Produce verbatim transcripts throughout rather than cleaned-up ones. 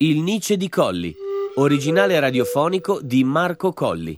Il Nice di Colli, originale radiofonico di Marco Colli.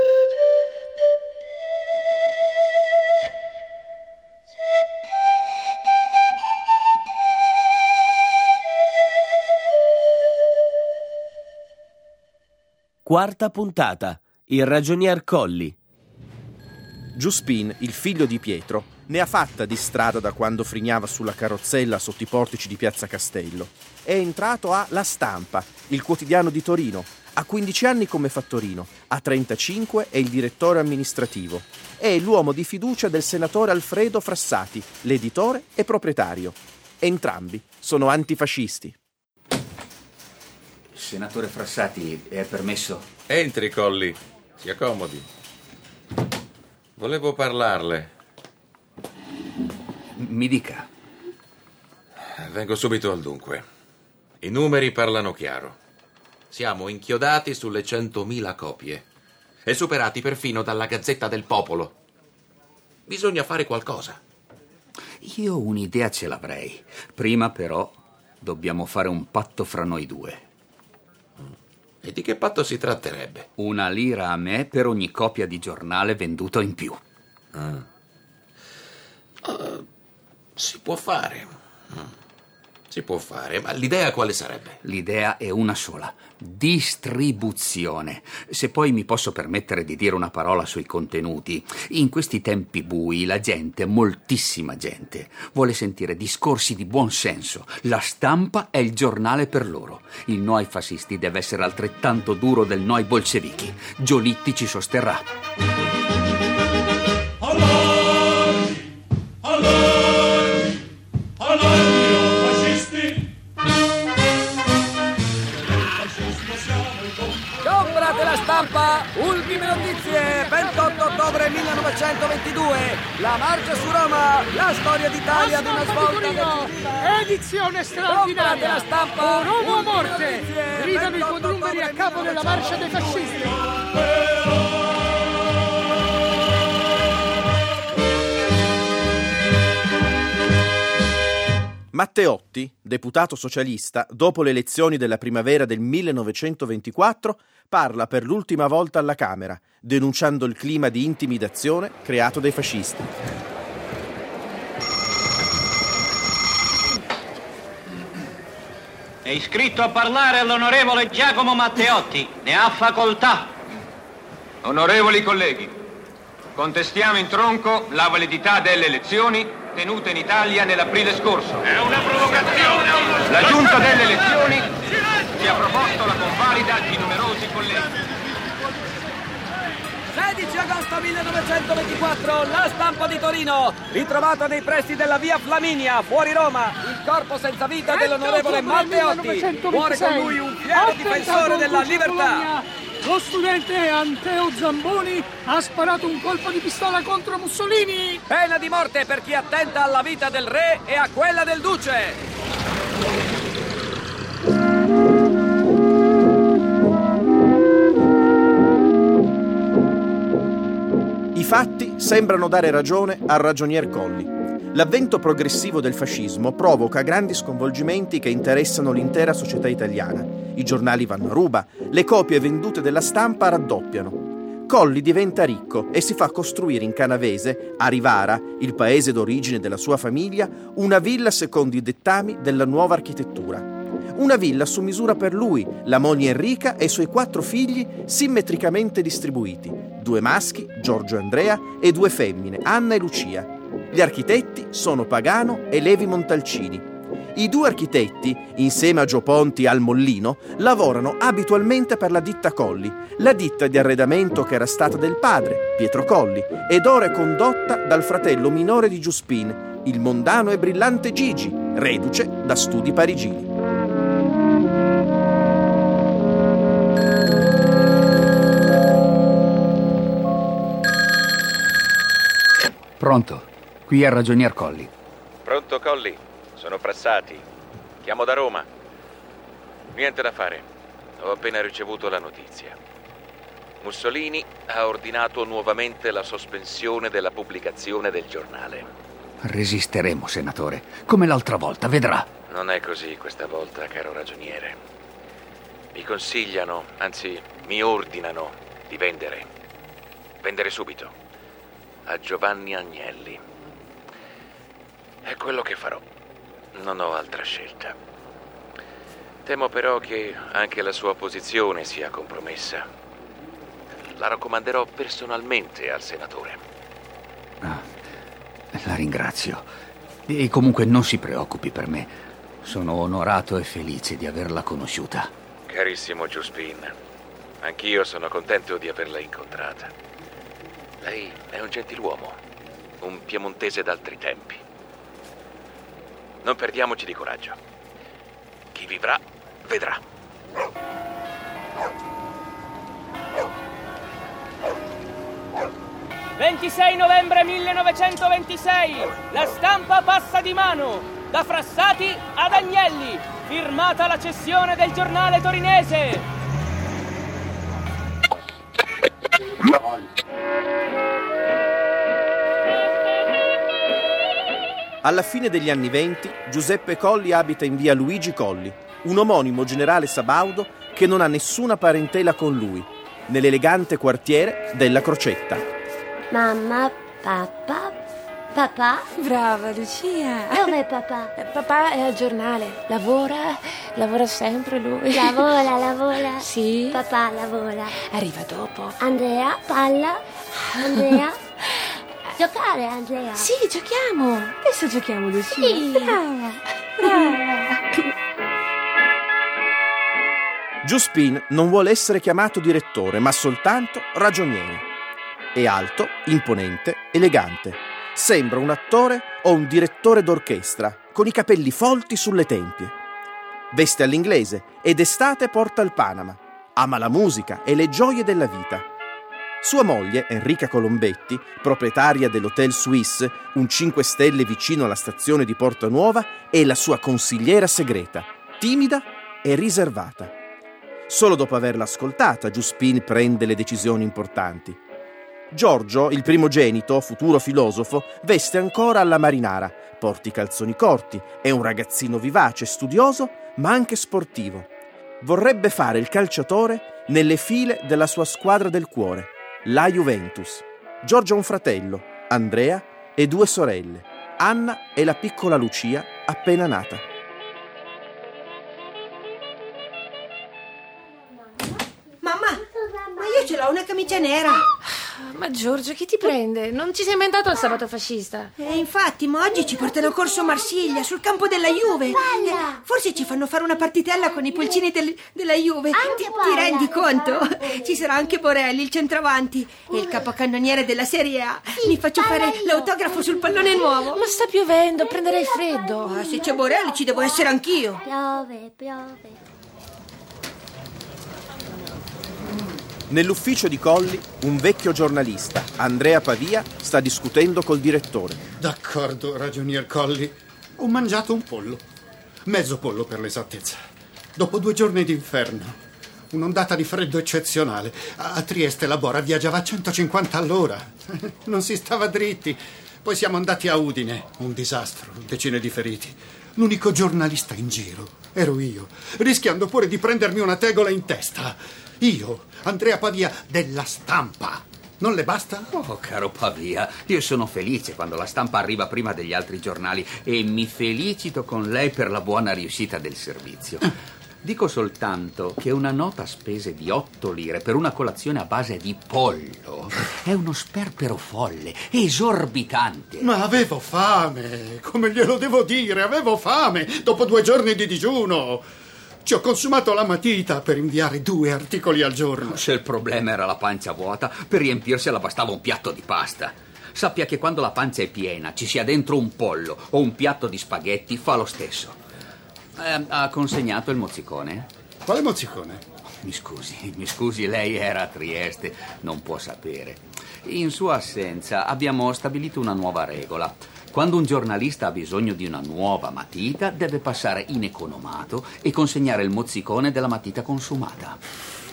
Quarta puntata. Il ragionier Colli. Giuspin, il figlio di Pietro, ne ha fatta di strada da quando frignava sulla carrozzella sotto i portici di Piazza Castello. È entrato a La Stampa, il quotidiano di Torino. Ha quindici anni come fattorino, a trentacinque è il direttore amministrativo. È l'uomo di fiducia del senatore Alfredo Frassati, l'editore e proprietario. Entrambi sono antifascisti. Senatore Frassati, è permesso? Entri, Colli. Si accomodi. Volevo parlarle. Mi dica. Vengo subito al dunque. I numeri parlano chiaro. Siamo inchiodati sulle centomila copie e superati perfino dalla Gazzetta del Popolo. Bisogna fare qualcosa. Io un'idea ce l'avrei. Prima, però, dobbiamo fare un patto fra noi due. E di che patto si tratterebbe? Una lira a me per ogni copia di giornale venduto in più. Ah. Uh, si può fare. Uh. Si può fare, ma l'idea quale sarebbe? L'idea è una sola: distribuzione. Se poi mi posso permettere di dire una parola sui contenuti, in questi tempi bui la gente, moltissima gente, vuole sentire discorsi di buon senso. La Stampa è il giornale per loro. Il no ai fascisti deve essere altrettanto duro del no ai bolscevichi. Giolitti ci sosterrà. Stampa, ultime notizie, ventotto ottobre millenovecentoventidue, la marcia su Roma, la storia d'Italia di una svolta decisiva. Edizione straordinaria. La Stampa, un uomo a morte, gridano i quadrumeri a capo della marcia dei fascisti. Matteotti, deputato socialista, dopo le elezioni della primavera del millenovecentoventiquattro, parla per l'ultima volta alla Camera, denunciando il clima di intimidazione creato dai fascisti. È iscritto a parlare l'onorevole Giacomo Matteotti. Ne ha facoltà. Onorevoli colleghi, contestiamo in tronco la validità delle elezioni tenute in Italia nell'aprile scorso. È una provocazione! La Giunta delle elezioni ci ha proposto la convalida di numerosi colleghi. sedici agosto millenovecentoventiquattro, La Stampa di Torino, ritrovato nei pressi della via Flaminia, fuori Roma, il corpo senza vita dell'onorevole Matteotti. Muore con lui un fiero difensore della libertà. Lo studente Anteo Zamboni ha sparato un colpo di pistola contro Mussolini. Pena di morte per chi attenta alla vita del re e a quella del duce. I fatti sembrano dare ragione al ragionier Colli. L'avvento progressivo del fascismo provoca grandi sconvolgimenti che interessano l'intera società italiana. I giornali vanno a ruba, le copie vendute della Stampa raddoppiano. Colli diventa ricco e si fa costruire in Canavese, a Rivara, il paese d'origine della sua famiglia, una villa secondo i dettami della nuova architettura. Una villa su misura per lui, la moglie Enrica e i suoi quattro figli simmetricamente distribuiti. Due maschi, Giorgio e Andrea, e due femmine, Anna e Lucia. Gli architetti sono Pagano e Levi Montalcini. I due architetti, insieme a Gio Ponti al Mollino, lavorano abitualmente per la ditta Colli, la ditta di arredamento che era stata del padre, Pietro Colli, ed ora è condotta dal fratello minore di Giuspin, il mondano e brillante Gigi, reduce da studi parigini. Pronto? Qui è il ragionier Colli. Pronto, Colli? Sono Frassati. Chiamo da Roma. Niente da fare. Ho appena ricevuto la notizia. Mussolini ha ordinato nuovamente la sospensione della pubblicazione del giornale. Resisteremo, senatore, come l'altra volta, vedrà. Non è così questa volta, caro ragioniere. Mi consigliano, anzi mi ordinano di vendere. Vendere subito. A Giovanni Agnelli. È quello che farò. Non ho altra scelta. Temo però che anche la sua posizione sia compromessa. La raccomanderò personalmente al senatore. Ah, la ringrazio. E comunque non si preoccupi per me. Sono onorato e felice di averla conosciuta. Carissimo Giuspin, anch'io sono contento di averla incontrata. Lei è un gentiluomo, un piemontese d'altri tempi. Non perdiamoci di coraggio. Chi vivrà, vedrà. ventisei novembre millenovecentoventisei. La stampa passa di mano da Frassati ad Agnelli. Firmata la cessione del giornale torinese. Alla fine degli anni venti, Giuseppe Colli abita in via Luigi Colli, un omonimo generale sabaudo che non ha nessuna parentela con lui, nell'elegante quartiere della Crocetta. Mamma, papà, papà? Brava Lucia. Dov'è papà? Papà è al giornale, lavora, lavora sempre lui. Lavora, lavora. Sì. Papà lavora. Arriva dopo. Andrea, palla. Andrea. Giocare, Andrea. Sì, giochiamo. Adesso giochiamo, Lucia. Sì. Brava, brava. Giuspin non vuole essere chiamato direttore, ma soltanto ragioniere. È alto, imponente, elegante. Sembra un attore o un direttore d'orchestra, con i capelli folti sulle tempie. Veste all'inglese e d'estate porta il Panama. Ama la musica e le gioie della vita. Sua moglie, Enrica Colombetti, proprietaria dell'Hotel Suisse, un cinque stelle vicino alla stazione di Porta Nuova, è la sua consigliera segreta, timida e riservata. Solo dopo averla ascoltata, Giuspin prende le decisioni importanti. Giorgio, il primogenito, futuro filosofo, veste ancora alla marinara, porta i calzoni corti, è un ragazzino vivace, studioso, ma anche sportivo. Vorrebbe fare il calciatore nelle file della sua squadra del cuore, la Juventus. Giorgio ha un fratello, Andrea, e due sorelle, Anna e la piccola Lucia, appena nata. Mamma, ma io ce l'ho una camicia nera. Ma Giorgio, chi ti prende? Non ci sei mai andato al sabato fascista? E infatti, ma oggi ci portano corso Marsiglia, sul campo della Juve. Palla! Forse ci fanno fare una partitella con i pulcini del, della Juve. Anche Ti, palla. ti rendi conto? Ci sarà anche Borelli, il centravanti, e il capocannoniere della Serie A. Sì, Mi faccio palla fare io. l'autografo sul pallone nuovo. Ma sta piovendo, prenderei freddo. Ah, se c'è Borelli ci devo essere anch'io. Piove, piove. Nell'ufficio di Colli, un vecchio giornalista, Andrea Pavia, sta discutendo col direttore. D'accordo, ragionier Colli. Ho mangiato un pollo. Mezzo pollo per l'esattezza. Dopo due giorni d'inferno. Un'ondata di freddo eccezionale. A Trieste la Bora viaggiava a centocinquanta all'ora. Non si stava dritti. Poi siamo andati a Udine. Un disastro, decine di feriti. L'unico giornalista in giro ero io, rischiando pure di prendermi una tegola in testa. Io, Andrea Pavia, della Stampa. Non le basta? Oh, caro Pavia, io sono felice quando la Stampa arriva prima degli altri giornali e mi felicito con lei per la buona riuscita del servizio. Dico soltanto che una nota a spese di otto lire per una colazione a base di pollo è uno sperpero folle, esorbitante. Ma avevo fame, come glielo devo dire? Avevo fame, dopo due giorni di digiuno. Ci ho consumato la matita per inviare due articoli al giorno. Se il problema era la pancia vuota, per riempirsela bastava un piatto di pasta. Sappia che quando la pancia è piena, ci sia dentro un pollo o un piatto di spaghetti, fa lo stesso. Eh, ha consegnato il mozzicone? Quale mozzicone? Mi scusi, mi scusi, lei era a Trieste, non può sapere. In sua assenza abbiamo stabilito una nuova regola. Quando un giornalista ha bisogno di una nuova matita, deve passare in economato e consegnare il mozzicone della matita consumata.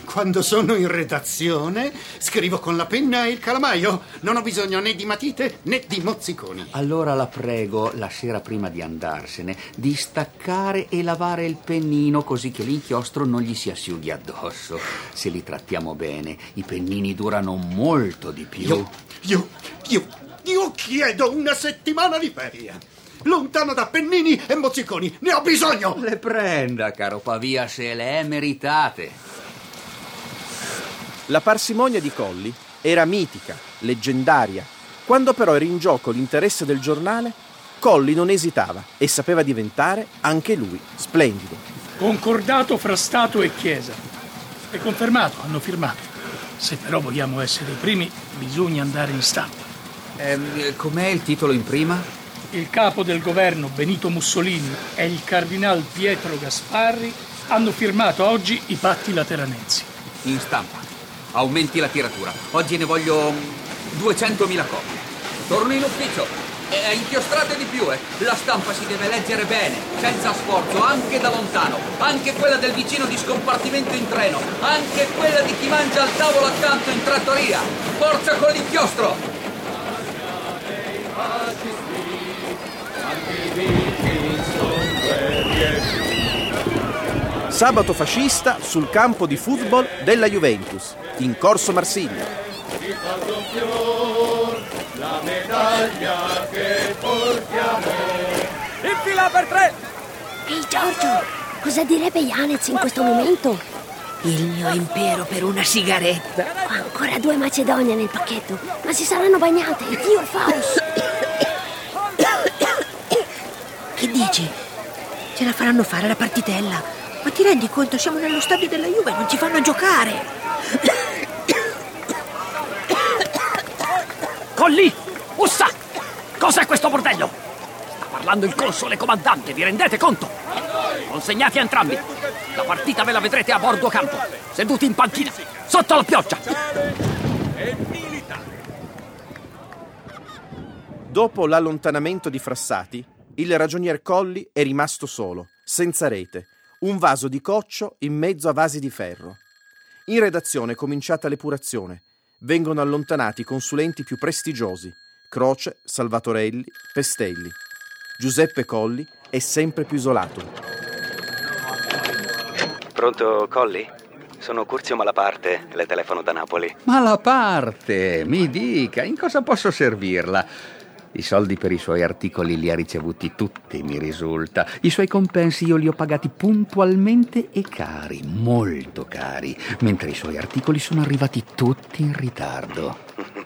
Quando sono in redazione scrivo con la penna e il calamaio. Non ho bisogno né di matite né di mozziconi. Allora la prego, la sera prima di andarsene, di staccare e lavare il pennino così che l'inchiostro non gli si asciughi addosso. Se li trattiamo bene, i pennini durano molto di più. Io, io, io, io chiedo una settimana di ferie. Lontano da pennini e mozziconi, ne ho bisogno! Le prenda, caro Pavia, se le è meritate. La parsimonia di Colli era mitica, leggendaria. Quando però era in gioco l'interesse del giornale, Colli non esitava e sapeva diventare anche lui splendido. Concordato fra Stato e Chiesa. È confermato, hanno firmato. Se però vogliamo essere i primi, bisogna andare in stampa. Eh, com'è il titolo in prima? Il capo del governo Benito Mussolini e il cardinal Pietro Gasparri hanno firmato oggi i patti lateranensi. In stampa. Aumenti la tiratura. Oggi ne voglio duecentomila copie. Torno in ufficio. E inchiostrate di più, eh. La stampa si deve leggere bene, senza sforzo, anche da lontano. Anche quella del vicino di scompartimento in treno. Anche quella di chi mangia al tavolo accanto in trattoria. Forza con l'inchiostro! Sabato fascista sul campo di football della Juventus, in Corso Marsiglia. La medaglia che portiamo. In fila per tre. Ehi Giorgio, cosa direbbe Yanez in questo momento? Il mio impero per una sigaretta. Ancora due macedonie nel pacchetto, ma si saranno bagnate. Dio Faust. Che dici? Ce la faranno fare la partitella? Ma ti rendi conto? Siamo nello stadio della Juve, non ci fanno giocare. Colli! Ussa! Cos'è questo bordello? Sta parlando il console comandante, vi rendete conto? Consegnati a entrambi. La partita ve la vedrete a bordo campo, seduti in panchina, sotto la pioggia. Dopo l'allontanamento di Frassati, il ragionier Colli è rimasto solo, senza rete, un vaso di coccio in mezzo a vasi di ferro. In redazione è cominciata l'epurazione. Vengono allontanati i consulenti più prestigiosi: Croce, Salvatorelli, Pestelli. Giuseppe Colli è sempre più isolato. Pronto, Colli? Sono Curzio Malaparte, le telefono da Napoli. Malaparte, mi dica, in cosa posso servirla? I soldi per i suoi articoli li ha ricevuti tutti, mi risulta. I suoi compensi io li ho pagati puntualmente e cari, molto cari, mentre i suoi articoli sono arrivati tutti in ritardo.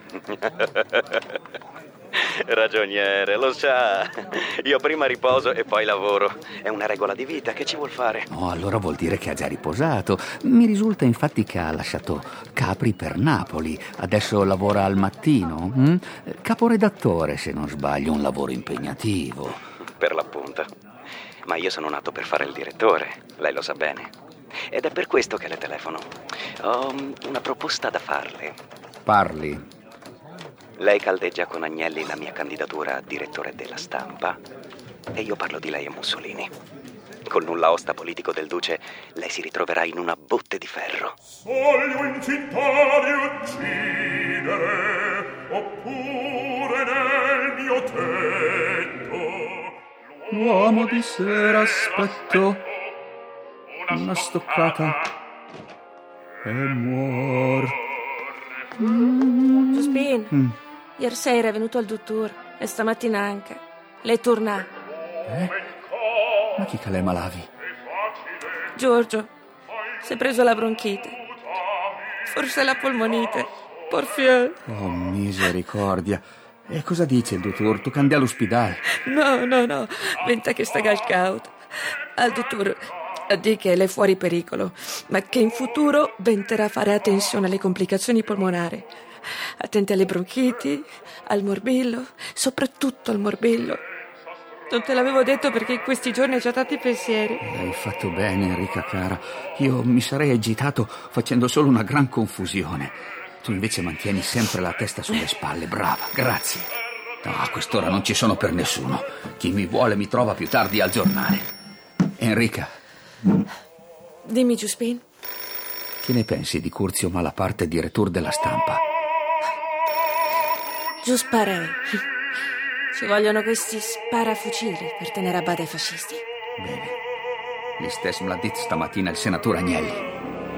Ragioniere, lo sa. Io prima riposo e poi lavoro. È una regola di vita, che ci vuol fare? No, allora vuol dire che ha già riposato. Mi risulta infatti che ha lasciato Capri per Napoli. Adesso lavora al mattino. Hm? Caporedattore, se non sbaglio, un lavoro impegnativo. Per l'appunto. Ma io sono nato per fare il direttore, lei lo sa bene. Ed è per questo che le telefono. Ho una proposta da farle. Parli. Lei caldeggia con Agnelli la mia candidatura a direttore della Stampa e io parlo di lei e Mussolini. Col nulla osta politico del duce, lei si ritroverà in una botte di ferro. Voglio in città di uccidere, oppure nel mio tetto. L'uomo di sera aspetto una stoccata e muor. Giuspin, Mm. ieri sera è venuto al dottor e stamattina anche. Le torna. Eh? Ma chi che lei malavi? Giorgio, si è preso la bronchite. Forse la polmonite. Porfier. Oh, misericordia. E cosa dice il dottor? Tu cambia all'ospedale? No, no, no. Venta che sta al caut. Al dottor di che lei è fuori pericolo, ma che in futuro venterà a fare attenzione alle complicazioni polmonari. Attenti alle bronchiti, al morbillo, soprattutto al morbillo. Non te l'avevo detto perché in questi giorni ho già tanti pensieri. Hai fatto bene, Enrica cara. Io mi sarei agitato facendo solo una gran confusione. Tu invece mantieni sempre la testa sulle spalle. Brava, grazie. No, a quest'ora non ci sono per nessuno. Chi mi vuole mi trova più tardi al giornale. Enrica. Dimmi, Giuspin. Che ne pensi di Curzio Malaparte, direttore della Stampa? Giusto parei. Ci vogliono questi sparafucili per tenere a bada i fascisti. Bene. Gli stessi me l'ha detto stamattina il senatore Agnelli.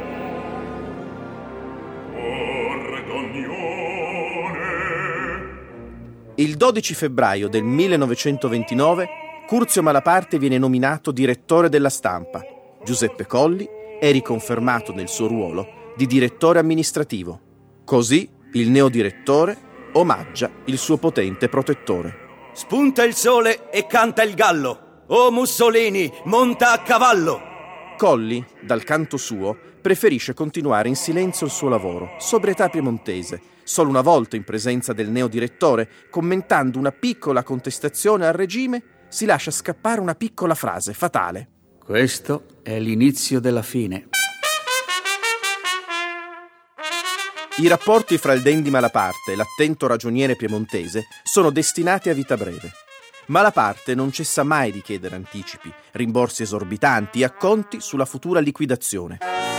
Il dodici febbraio del millenovecentoventinove Curzio Malaparte viene nominato direttore della Stampa. Giuseppe Colli è riconfermato nel suo ruolo di direttore amministrativo. Così il neodirettore omaggia il suo potente protettore. Spunta il sole e canta il gallo. Oh Mussolini, monta a cavallo! Colli, dal canto suo, preferisce continuare in silenzio il suo lavoro, sobrietà piemontese, solo una volta in presenza del neodirettore, commentando una piccola contestazione al regime, si lascia scappare una piccola frase fatale. Questo è l'inizio della fine. I rapporti fra il dandy Malaparte e l'attento ragioniere piemontese sono destinati a vita breve. Malaparte non cessa mai di chiedere anticipi, rimborsi esorbitanti e acconti sulla futura liquidazione.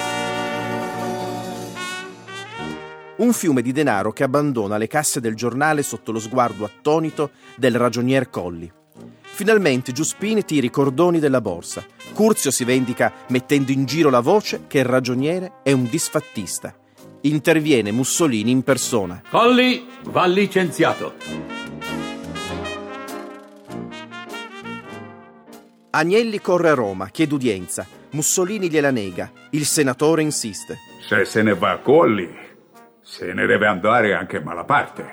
Un fiume di denaro che abbandona le casse del giornale sotto lo sguardo attonito del ragionier Colli. Finalmente Giuspini tira i cordoni della borsa. Curzio si vendica mettendo in giro la voce che il ragioniere è un disfattista. Interviene Mussolini in persona. Colli va licenziato. Agnelli corre a Roma, chiede udienza. Mussolini gliela nega. Il senatore insiste. Se se ne va Colli, se ne deve andare anche Malaparte.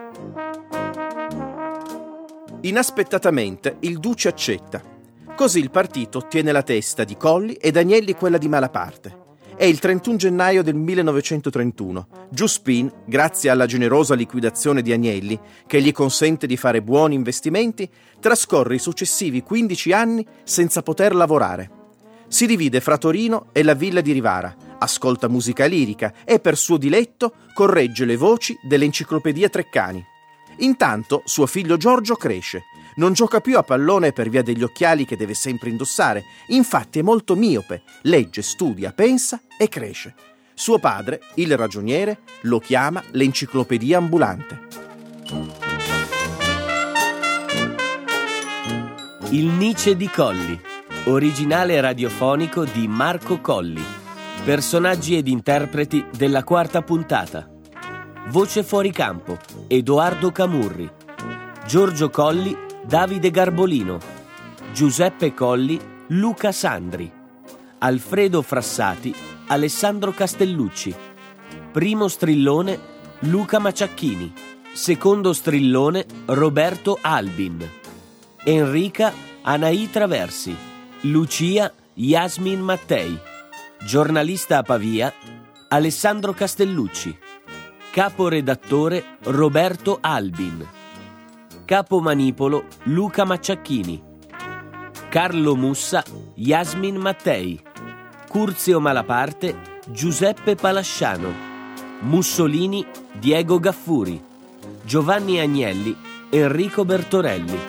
Inaspettatamente il duce accetta. Così il partito ottiene la testa di Colli ed Agnelli quella di Malaparte. È il trentuno gennaio del millenovecentotrentuno. Giuspin, grazie alla generosa liquidazione di Agnelli, che gli consente di fare buoni investimenti, trascorre i successivi quindici anni senza poter lavorare. Si divide fra Torino e la villa di Rivara, ascolta musica lirica e per suo diletto corregge le voci dell'enciclopedia Treccani. Intanto suo figlio Giorgio cresce. Non gioca più a pallone per via degli occhiali che deve sempre indossare, infatti è molto miope, legge, studia, pensa e cresce. Suo padre, il ragioniere, lo chiama l'enciclopedia ambulante. Il Nice di Colli, originale radiofonico di Marco Colli. Personaggi ed interpreti della quarta puntata. Voce fuori campo, Edoardo Camurri. Giorgio Colli, Davide Garbolino. Giuseppe Colli, Luca Sandri. Alfredo Frassati, Alessandro Castellucci. Primo strillone, Luca Maciacchini. Secondo strillone, Roberto Albin. Enrica, Anaì Traversi. Lucia, Yasmin Mattei. Giornalista a Pavia, Alessandro Castellucci. Caporedattore, Roberto Albin. Capo manipolo, Luca Maciacchini. Carlo Mussa, Yasmin Mattei. Curzio Malaparte, Giuseppe Palasciano. Mussolini, Diego Gaffuri. Giovanni Agnelli, Enrico Bertorelli.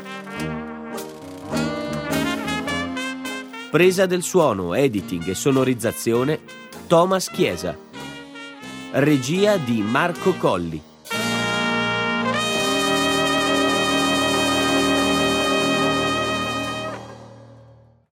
Presa del suono, editing e sonorizzazione, Thomas Chiesa. Regia di Marco Colli.